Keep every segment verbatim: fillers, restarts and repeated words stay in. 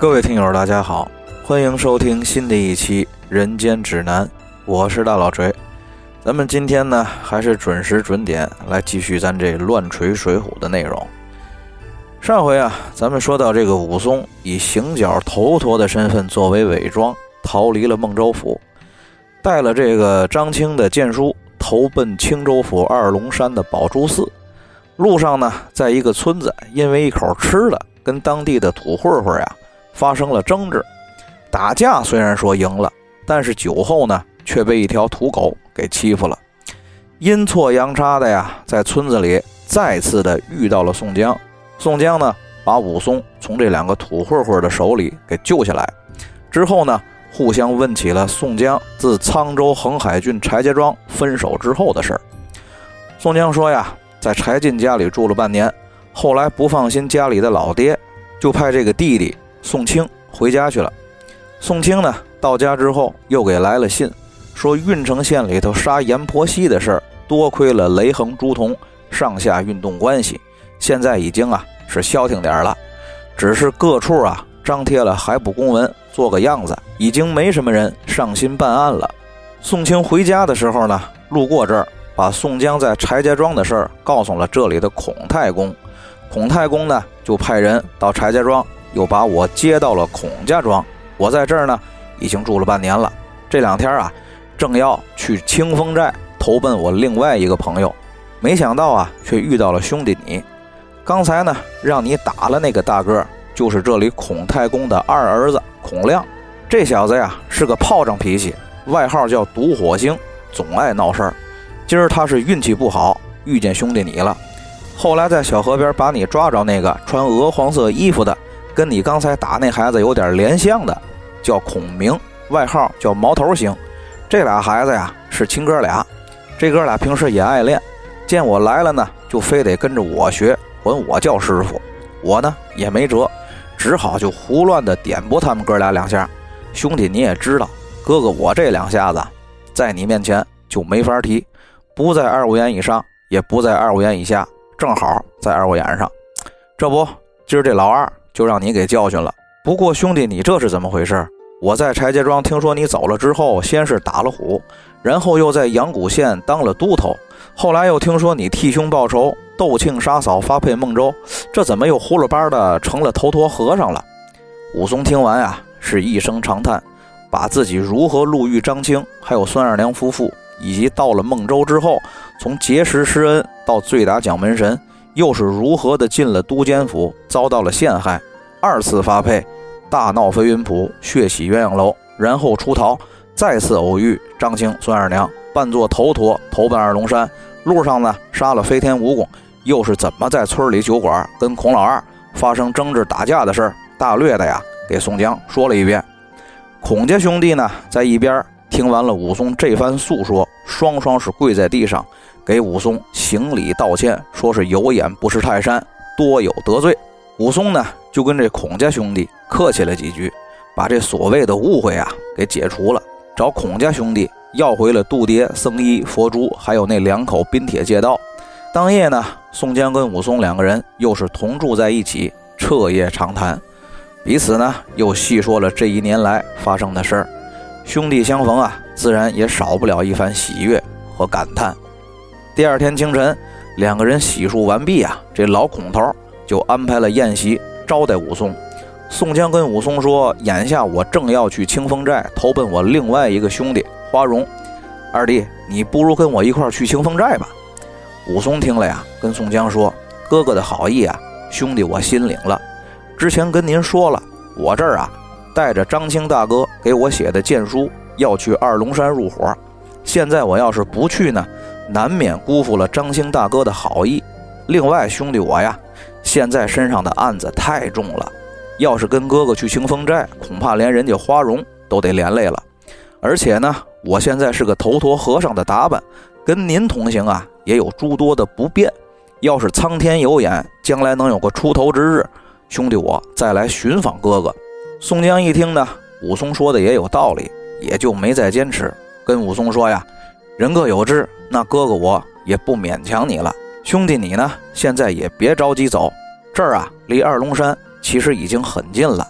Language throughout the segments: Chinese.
各位听友大家好，欢迎收听新的一期人间指南，我是大老锤。咱们今天呢还是准时准点来继续咱这乱锤水浒的内容。上回啊咱们说到这个武松以行脚头陀的身份作为伪装逃离了孟州府，带了这个张青的荐书投奔青州府二龙山的宝珠寺。路上呢在一个村子因为一口吃的跟当地的土混混呀发生了争执，打架虽然说赢了，但是酒后呢却被一条土狗给欺负了。阴错阳差的呀在村子里再次的遇到了宋江，宋江呢把武松从这两个土混混的手里给救下来之后呢，互相问起了宋江自沧州横海郡柴家庄分手之后的事儿。宋江说呀，在柴进家里住了半年，后来不放心家里的老爹，就派这个弟弟宋清回家去了。宋清呢到家之后又给来了信，说郓城县里头杀阎婆惜的事儿多亏了雷横朱仝上下运动关系，现在已经啊是消停点了，只是各处啊张贴了海捕公文做个样子，已经没什么人上心办案了。宋清回家的时候呢，路过这儿，把宋江在柴家庄的事儿告诉了这里的孔太公。孔太公呢就派人到柴家庄，又把我接到了孔家庄。我在这儿呢已经住了半年了，这两天啊正要去清风寨投奔我另外一个朋友，没想到啊却遇到了兄弟你。刚才呢让你打了那个大个，就是这里孔太公的二儿子孔亮。这小子呀是个炮仗脾气，外号叫毒火星，总爱闹事儿。今儿他是运气不好遇见兄弟你了，后来在小河边把你抓着那个穿鹅黄色衣服的，跟你刚才打那孩子有点连像的，叫孔明，外号叫毛头星。这俩孩子呀是亲哥俩，这哥俩平时也爱练，见我来了呢就非得跟着我学，管我叫师傅。我呢也没辙，只好就胡乱的点拨他们哥俩两下。兄弟你也知道，哥哥我这两下子在你面前就没法提，不在二五眼以上，也不在二五眼以下，正好在二五眼上。这不，今儿这老二就让你给教训了。不过兄弟你这是怎么回事？我在柴家庄听说你走了之后，先是打了虎，然后又在阳谷县当了都头，后来又听说你替兄报仇，斗庆杀嫂发配孟州，这怎么又胡了巴的成了头陀和尚了？武松听完啊是一声长叹，把自己如何路遇张青还有孙二娘夫妇，以及到了孟州之后从结识施恩到醉打蒋门神，又是如何的进了都监府遭到了陷害，二次发配，大闹飞云浦，血洗鸳鸯楼，然后出逃，再次偶遇张青孙二娘，扮作头陀投奔二龙山，路上呢杀了飞天蜈蚣，又是怎么在村里酒馆跟孔老二发生争执打架的事儿，大略的呀给宋江说了一遍。孔家兄弟呢在一边听完了武松这番诉说，双双是跪在地上给武松行礼道歉，说是有眼不识泰山，多有得罪。武松呢就跟这孔家兄弟客气了几句，把这所谓的误会啊给解除了，找孔家兄弟要回了度牒、僧衣、佛珠，还有那两口冰铁戒刀。当夜呢，宋江跟武松两个人又是同住在一起，彻夜长谈，彼此呢又细说了这一年来发生的事儿。兄弟相逢啊，自然也少不了一番喜悦和感叹。第二天清晨，两个人洗漱完毕啊，这老孔头就安排了宴席招待武松。宋江跟武松说，眼下我正要去清风寨投奔我另外一个兄弟花荣，二弟你不如跟我一块去清风寨吧。武松听了呀，跟宋江说，哥哥的好意啊，兄弟我心领了。之前跟您说了，我这儿啊带着张青大哥给我写的荐书，要去二龙山入伙。现在我要是不去呢，难免辜负了张青大哥的好意。另外兄弟我呀，现在身上的案子太重了，要是跟哥哥去清风寨，恐怕连人家花荣都得连累了。而且呢，我现在是个头陀和尚的打扮，跟您同行啊，也有诸多的不便。要是苍天有眼，将来能有个出头之日，兄弟我再来寻访哥哥。宋江一听呢，武松说的也有道理，也就没再坚持，跟武松说呀，人各有志，那哥哥我也不勉强你了。兄弟你呢，现在也别着急走，这儿啊离二龙山其实已经很近了，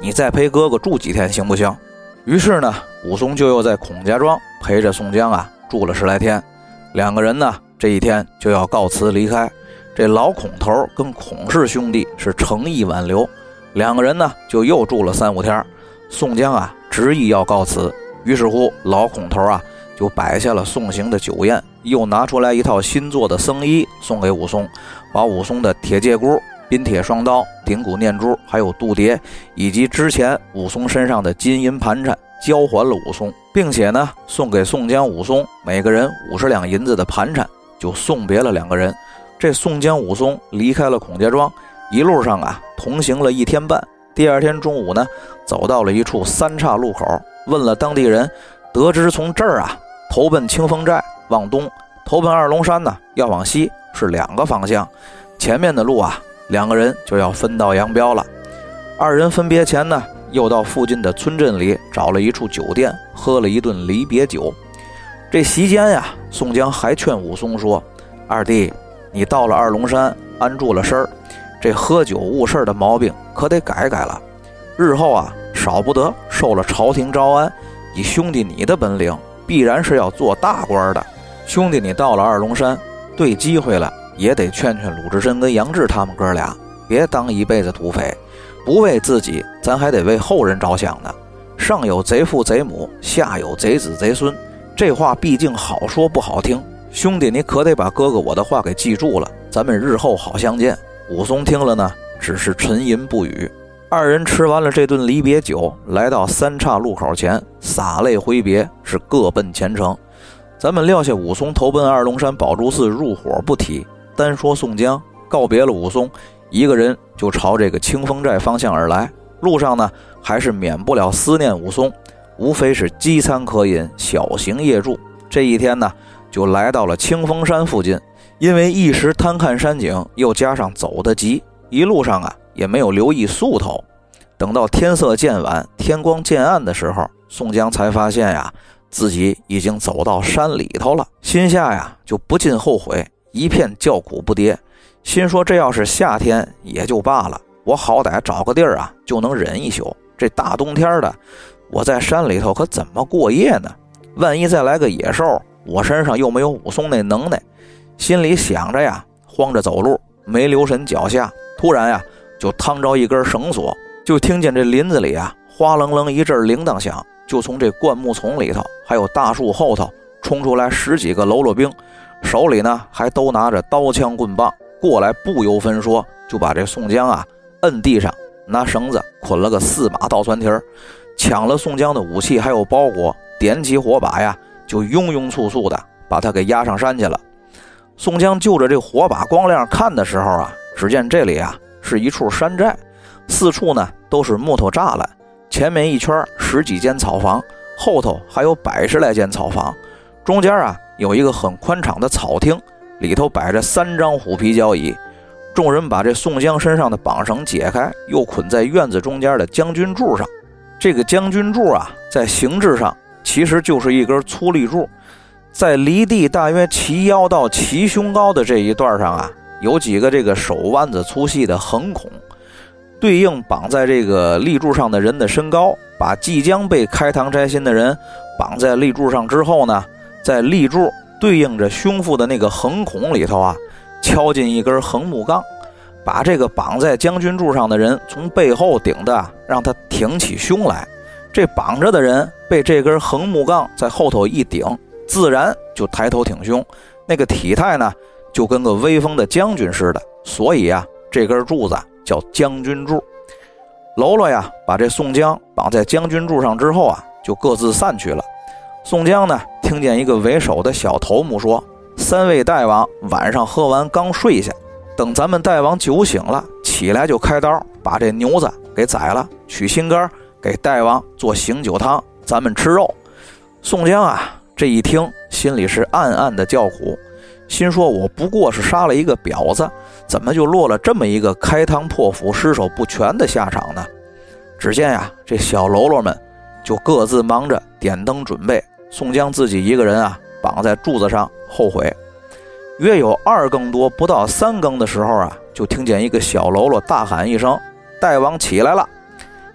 你再陪哥哥住几天行不行？于是呢，武松就又在孔家庄陪着宋江啊住了十来天。两个人呢这一天就要告辞离开。这老孔头跟孔氏兄弟是诚意挽留，两个人呢就又住了三五天。宋江啊执意要告辞，于是乎老孔头啊就摆下了送行的酒宴，又拿出来一套新做的僧衣送给武松，把武松的铁戒箍、冰铁双刀、顶骨念珠还有度牒，以及之前武松身上的金银盘缠交还了武松，并且呢送给宋江、武松每个人五十两银子的盘缠，就送别了两个人。这宋江、武松离开了孔家庄，一路上啊同行了一天半。第二天中午呢，走到了一处三岔路口，问了当地人，得知从这儿啊投奔清风寨往东，投奔二龙山呢要往西，是两个方向。前面的路啊，两个人就要分道扬镳了。二人分别前呢，又到附近的村镇里找了一处酒店，喝了一顿离别酒。这席间呀，宋江还劝武松说：“二弟，你到了二龙山安住了身儿，这喝酒误事的毛病可得改改了。日后啊，少不得受了朝廷招安，以兄弟你的本领，必然是要做大官的。兄弟你到了二龙山，对机会了，也得劝劝鲁智深跟杨志他们哥俩，别当一辈子土匪，不为自己，咱还得为后人着想呢。上有贼父贼母，下有贼子贼孙，这话毕竟好说不好听。兄弟你可得把哥哥我的话给记住了，咱们日后好相见。”武松听了呢，只是沉吟不语。二人吃完了这顿离别酒，来到三岔路口前，洒泪挥别，是各奔前程。咱们撂下武松投奔二龙山宝珠寺入伙不提，单说宋江告别了武松，一个人就朝这个清风寨方向而来。路上呢，还是免不了思念武松，无非是饥餐可饮，小行夜住。这一天呢，就来到了清风山附近。因为一时贪看山景，又加上走得急，一路上啊也没有留意宿头。等到天色渐晚，天光渐暗的时候，宋江才发现呀，自己已经走到山里头了，心下呀就不禁后悔，一片叫苦不迭。心说这要是夏天也就罢了，我好歹找个地儿啊就能忍一宿，这大冬天的，我在山里头可怎么过夜呢？万一再来个野兽，我身上又没有武松那能耐。心里想着呀，慌着走路，没留神脚下，突然呀就趟着一根绳索，就听见这林子里啊哗楞楞一阵铃铛响，就从这灌木丛里头还有大树后头冲出来十几个喽啰兵，手里呢还都拿着刀枪棍棒，过来不由分说就把这宋江啊摁地上，拿绳子捆了个四马倒船蹄儿，抢了宋江的武器还有包裹，点起火把呀就庸庸绌绌的把他给押上山去了。宋江就着这火把光亮看的时候啊，只见这里啊是一处山寨，四处呢都是木头栅栏，前面一圈十几间草房，后头还有百十来间草房，中间啊有一个很宽敞的草厅，里头摆着三张虎皮交椅。众人把这宋江身上的绑绳解开，又捆在院子中间的将军柱上。这个将军柱啊，在形制上其实就是一根粗立柱，在离地大约齐腰到齐胸高的这一段上啊，有几个这个手腕子粗细的横孔，对应绑在这个立柱上的人的身高。把即将被开膛摘心的人绑在立柱上之后呢，在立柱对应着胸腹的那个横孔里头啊，敲进一根横木杠，把这个绑在将军柱上的人从背后顶的，让他挺起胸来。这绑着的人被这根横木杠在后头一顶，自然就抬头挺胸，那个体态呢就跟个威风的将军似的，所以啊这根柱子叫将军柱。喽啰呀把这宋江绑在将军柱上之后啊，就各自散去了。宋江呢听见一个为首的小头目说，三位大王晚上喝完刚睡下，等咱们大王酒醒了起来就开刀，把这牛子给宰了，取心肝给大王做醒酒汤，咱们吃肉。宋江啊这一听心里是暗暗的叫苦，心说我不过是杀了一个婊子，怎么就落了这么一个开膛破腹尸首不全的下场呢？只见呀这小喽啰们就各自忙着点灯准备，宋江自己一个人啊绑在柱子上后悔。约有二更多不到三更的时候啊，就听见一个小喽啰大喊一声，大王起来了。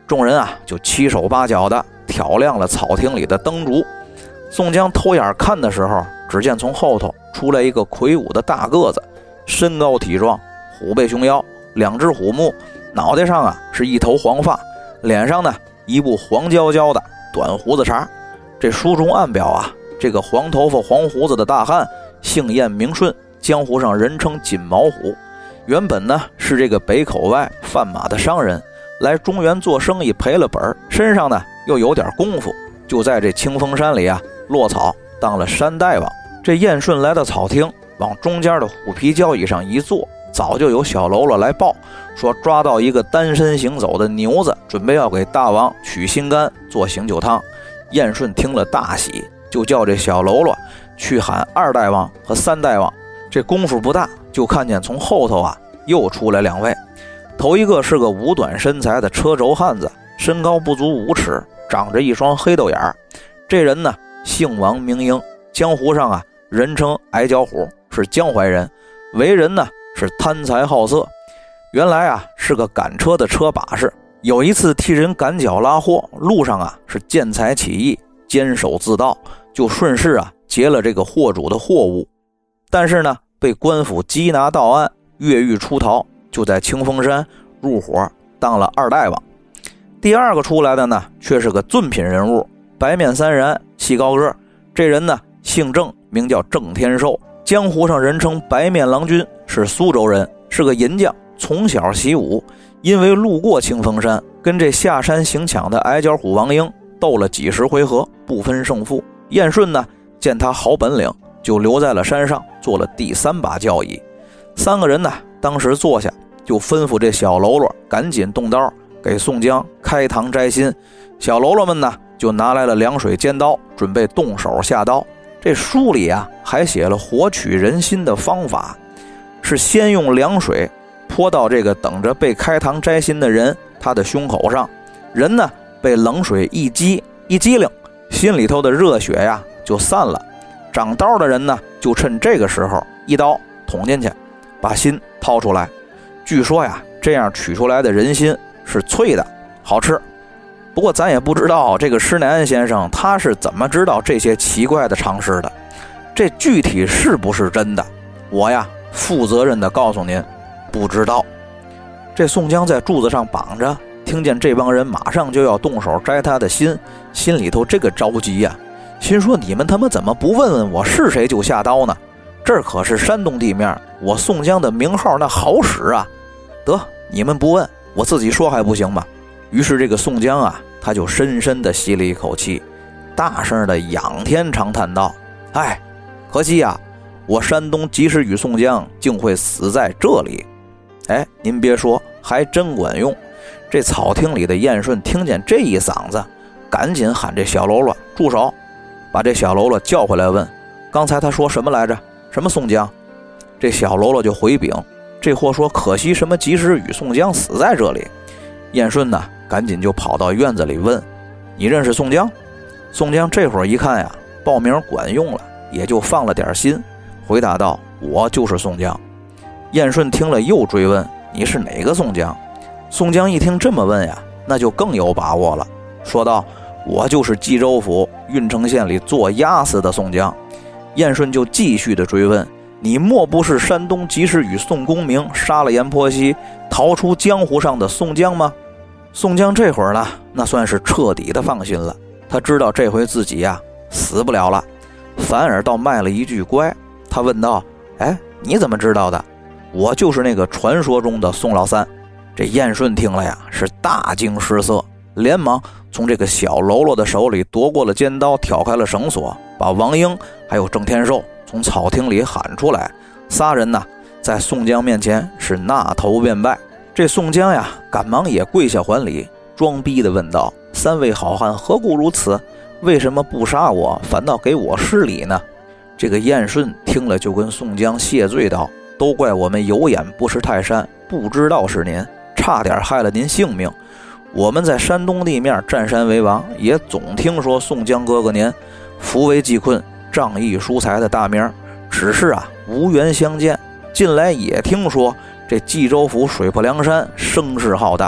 众人啊就七手八脚的挑亮了草亭里的灯烛。宋江偷眼看的时候，只见从后头出来一个魁梧的大个子，身高体壮，虎背熊腰，两只虎目，脑袋上啊是一头黄发，脸上呢一部黄焦焦的短胡子茬。这书中暗表啊，这个黄头发黄胡子的大汉姓晏名顺，江湖上人称金毛虎。原本呢是这个北口外贩马的商人，来中原做生意赔了本，身上呢又有点功夫，就在这清风山里啊落草当了山大王。这晏顺来到草厅，往中间的虎皮交椅上一坐，早就有小喽啰来报说抓到一个单身行走的牛子，准备要给大王取心肝做醒酒汤。晏顺听了大喜，就叫这小喽啰去喊二大王和三大王。这功夫不大，就看见从后头啊又出来两位。头一个是个五短身材的车轴汉子，身高不足五尺，长着一双黑豆眼儿。这人呢姓王名英，江湖上啊人称矮脚虎，是江淮人，为人呢是贪财好色。原来啊是个赶车的车把式，有一次替人赶脚拉货，路上啊是见财起意，监守自盗，就顺势啊劫了这个货主的货物。但是呢被官府缉拿到案，越狱出逃，就在清风山入伙当了二大王。第二个出来的呢却是个俊品人物，白面三髯，细高个。这人呢姓郑，名叫郑天寿，江湖上人称白面郎君，是苏州人，是个银匠，从小习武。因为路过清风山，跟这下山行抢的矮脚虎王英斗了几十回合，不分胜负。晏顺呢见他好本领，就留在了山上做了第三把教椅。三个人呢当时坐下，就吩咐这小喽啰赶紧动刀给宋江开膛摘心。小喽啰们呢就拿来了凉水尖刀，准备动手下刀。这书里啊还写了活取人心的方法，是先用凉水泼到这个等着被开膛摘心的人他的胸口上，人呢被冷水一激一激灵，心里头的热血呀就散了。长刀的人呢就趁这个时候一刀捅进去，把心掏出来。据说呀这样取出来的人心是脆的，好吃。不过咱也不知道这个施耐庵先生他是怎么知道这些奇怪的常识的，这具体是不是真的，我呀负责任的告诉您，不知道。这宋江在柱子上绑着，听见这帮人马上就要动手摘他的心，心里头这个着急呀、啊，心说你们他妈怎么不问问我是谁就下刀呢？这可是山东地面，我宋江的名号那好使啊！得，你们不问，我自己说还不行吗？于是这个宋江啊，他就深深地吸了一口气，大声地仰天长叹道：哎，可惜呀、啊，我山东及时雨宋江竟会死在这里。哎，您别说，还真管用。这草厅里的晏顺听见这一嗓子，赶紧喊这小喽啰住手，把这小喽啰叫回来问：刚才他说什么来着？什么宋江？这小喽啰就回禀，这货说可惜什么及时雨宋江死在这里。晏顺呢赶紧就跑到院子里问：你认识宋江？宋江这会儿一看呀，报名管用了，也就放了点心，回答道：我就是宋江。晏顺听了又追问：你是哪个宋江？宋江一听这么问呀，那就更有把握了，说道：我就是济州府郓城县里做押司的宋江。晏顺就继续的追问：你莫不是山东及时雨宋公明杀了阎婆惜逃出江湖上的宋江吗？宋江这会儿呢，那算是彻底的放心了，他知道这回自己呀死不了了，反而倒卖了一句乖。他问道：哎，你怎么知道的？我就是那个传说中的宋老三。这晏顺听了呀是大惊失色，连忙从这个小喽啰的手里夺过了尖刀，挑开了绳索，把王英还有郑天寿从草厅里喊出来。仨人呢在宋江面前是纳头便拜。这宋江呀赶忙也跪下还礼，装逼的问道：三位好汉何故如此？为什么不杀我，反倒给我施礼呢？这个晏顺听了就跟宋江谢罪道：都怪我们有眼不识泰山，不知道是您，差点害了您性命。我们在山东地面占山为王，也总听说宋江哥哥您扶危济困，仗义疏财的大名，只是啊无缘相见。近来也听说这冀州府水泊梁山声势浩大，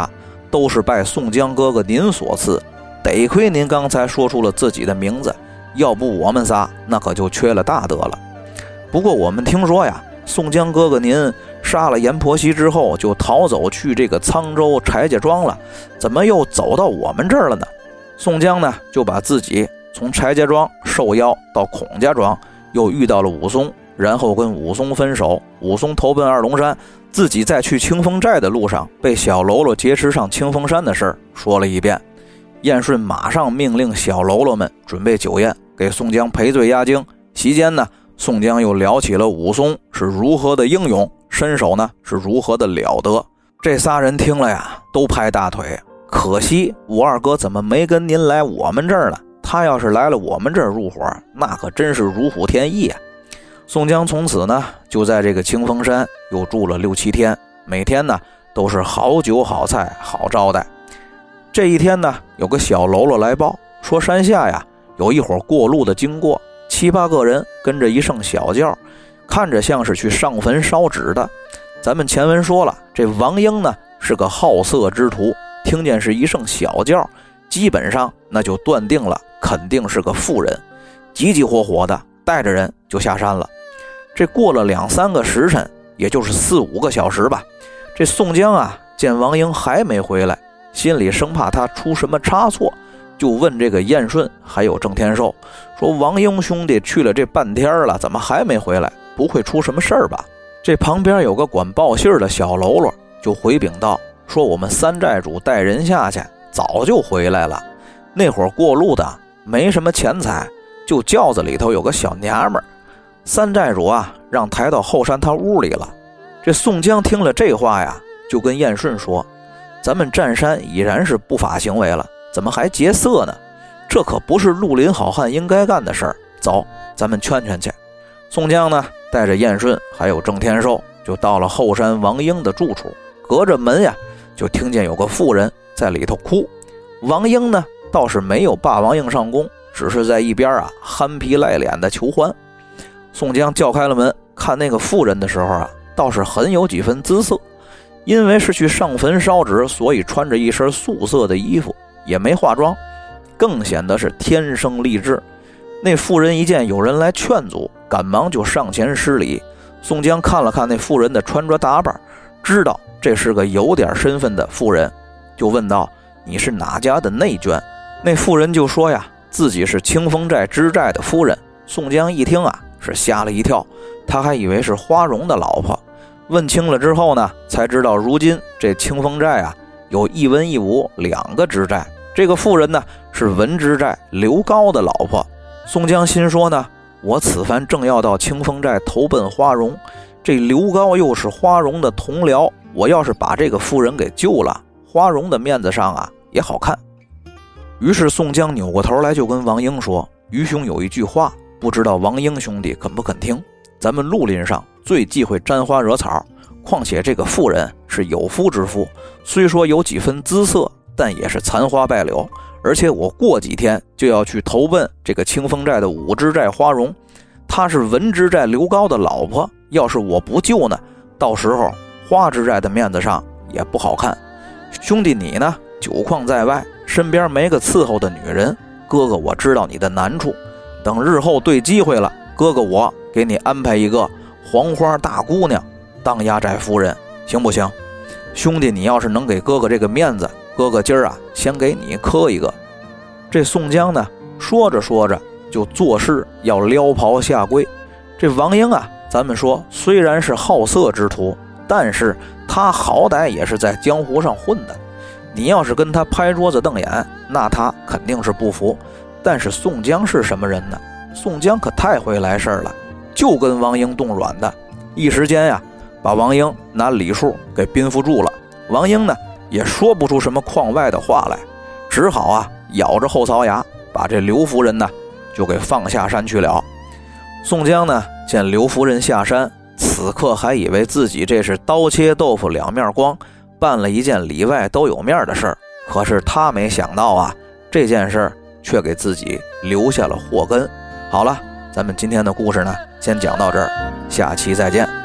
都是拜宋江哥哥您所赐，得亏您刚才说出了自己的名字，要不我们仨那可就缺了大德了。不过我们听说呀，宋江哥哥您杀了阎婆惜之后就逃走去这个沧州柴家庄了，怎么又走到我们这儿了呢？宋江呢就把自己从柴家庄受邀到孔家庄，又遇到了武松，然后跟武松分手，武松投奔二龙山，自己在去清风寨的路上被小喽啰劫持上清风山的事儿说了一遍。燕顺马上命令小喽啰们准备酒宴，给宋江赔罪压惊。席间呢，宋江又聊起了武松是如何的英勇，身手呢是如何的了得。这仨人听了呀，都拍大腿，可惜武二哥怎么没跟您来我们这儿呢？他要是来了我们这儿入伙，那可真是如虎添翼啊。宋江从此呢就在这个清风山又住了六七天，每天呢都是好酒好菜好招待。这一天呢，有个小喽啰来报说，山下呀有一伙过路的经过，七八个人跟着一声小轿，看着像是去上坟烧纸的。咱们前文说了，这王英呢是个好色之徒，听见是一声小轿，基本上那就断定了肯定是个妇人，急急火火的带着人就下山了。这过了两三个时辰，也就是四五个小时吧，这宋江啊见王英还没回来，心里生怕他出什么差错，就问这个燕顺还有郑天寿说，王英兄弟去了这半天了，怎么还没回来？不会出什么事儿吧？这旁边有个管报信的小喽啰就回禀道说，我们三寨主带人下去早就回来了，那会儿过路的没什么钱财，就轿子里头有个小娘们儿，三寨主啊让抬到后山他屋里了。这宋江听了这话呀，就跟燕顺说，咱们占山已然是不法行为了，怎么还劫色呢？这可不是绿林好汉应该干的事儿，走，咱们劝劝去。宋江呢带着燕顺还有郑天寿就到了后山王英的住处，隔着门呀就听见有个妇人在里头哭。王英呢倒是没有霸王硬上弓，只是在一边啊憨皮赖脸的求欢。宋江叫开了门，看那个妇人的时候啊，倒是很有几分姿色，因为是去上坟烧纸，所以穿着一身素色的衣服，也没化妆，更显得是天生丽质。那妇人一见有人来劝阻，赶忙就上前施礼。宋江看了看那妇人的穿着打扮，知道这是个有点身份的妇人，就问道，你是哪家的内眷？那妇人就说呀，自己是清风寨知寨的夫人。宋江一听啊，是吓了一跳，他还以为是花荣的老婆。问清了之后呢，才知道如今这清风寨啊有一文一武两个知寨，这个妇人呢是文知寨刘高的老婆。宋江心说呢，我此番正要到清风寨投奔花荣，这刘高又是花荣的同僚，我要是把这个妇人给救了，花荣的面子上啊也好看。于是宋江扭过头来就跟王英说，于兄有一句话，不知道王英兄弟肯不肯听。咱们绿林上最忌讳沾花惹草，况且这个妇人是有夫之妇，虽说有几分姿色，但也是残花败柳，而且我过几天就要去投奔这个清风寨的武知寨花荣，她是文知寨刘高的老婆，要是我不救呢，到时候花知寨的面子上也不好看。兄弟你呢久旷在外，身边没个伺候的女人，哥哥我知道你的难处，等日后对机会了，哥哥我给你安排一个黄花大姑娘当压寨夫人，行不行？兄弟你要是能给哥哥这个面子，哥哥今儿啊先给你磕一个。这宋江呢说着说着就作势要撩袍下跪。这王英啊，咱们说虽然是好色之徒，但是他好歹也是在江湖上混的，你要是跟他拍桌子瞪眼，那他肯定是不服。但是宋江是什么人呢？宋江可太会来事儿了，就跟王英动软的，一时间呀把王英拿礼数给宾服住了。王英呢也说不出什么框外的话来，只好啊咬着后槽牙把这刘夫人呢就给放下山去了。宋江呢见刘夫人下山，此刻还以为自己这是刀切豆腐两面光，办了一件里外都有面的事儿，可是他没想到啊，这件事儿却给自己留下了祸根。好了，咱们今天的故事呢先讲到这儿，下期再见。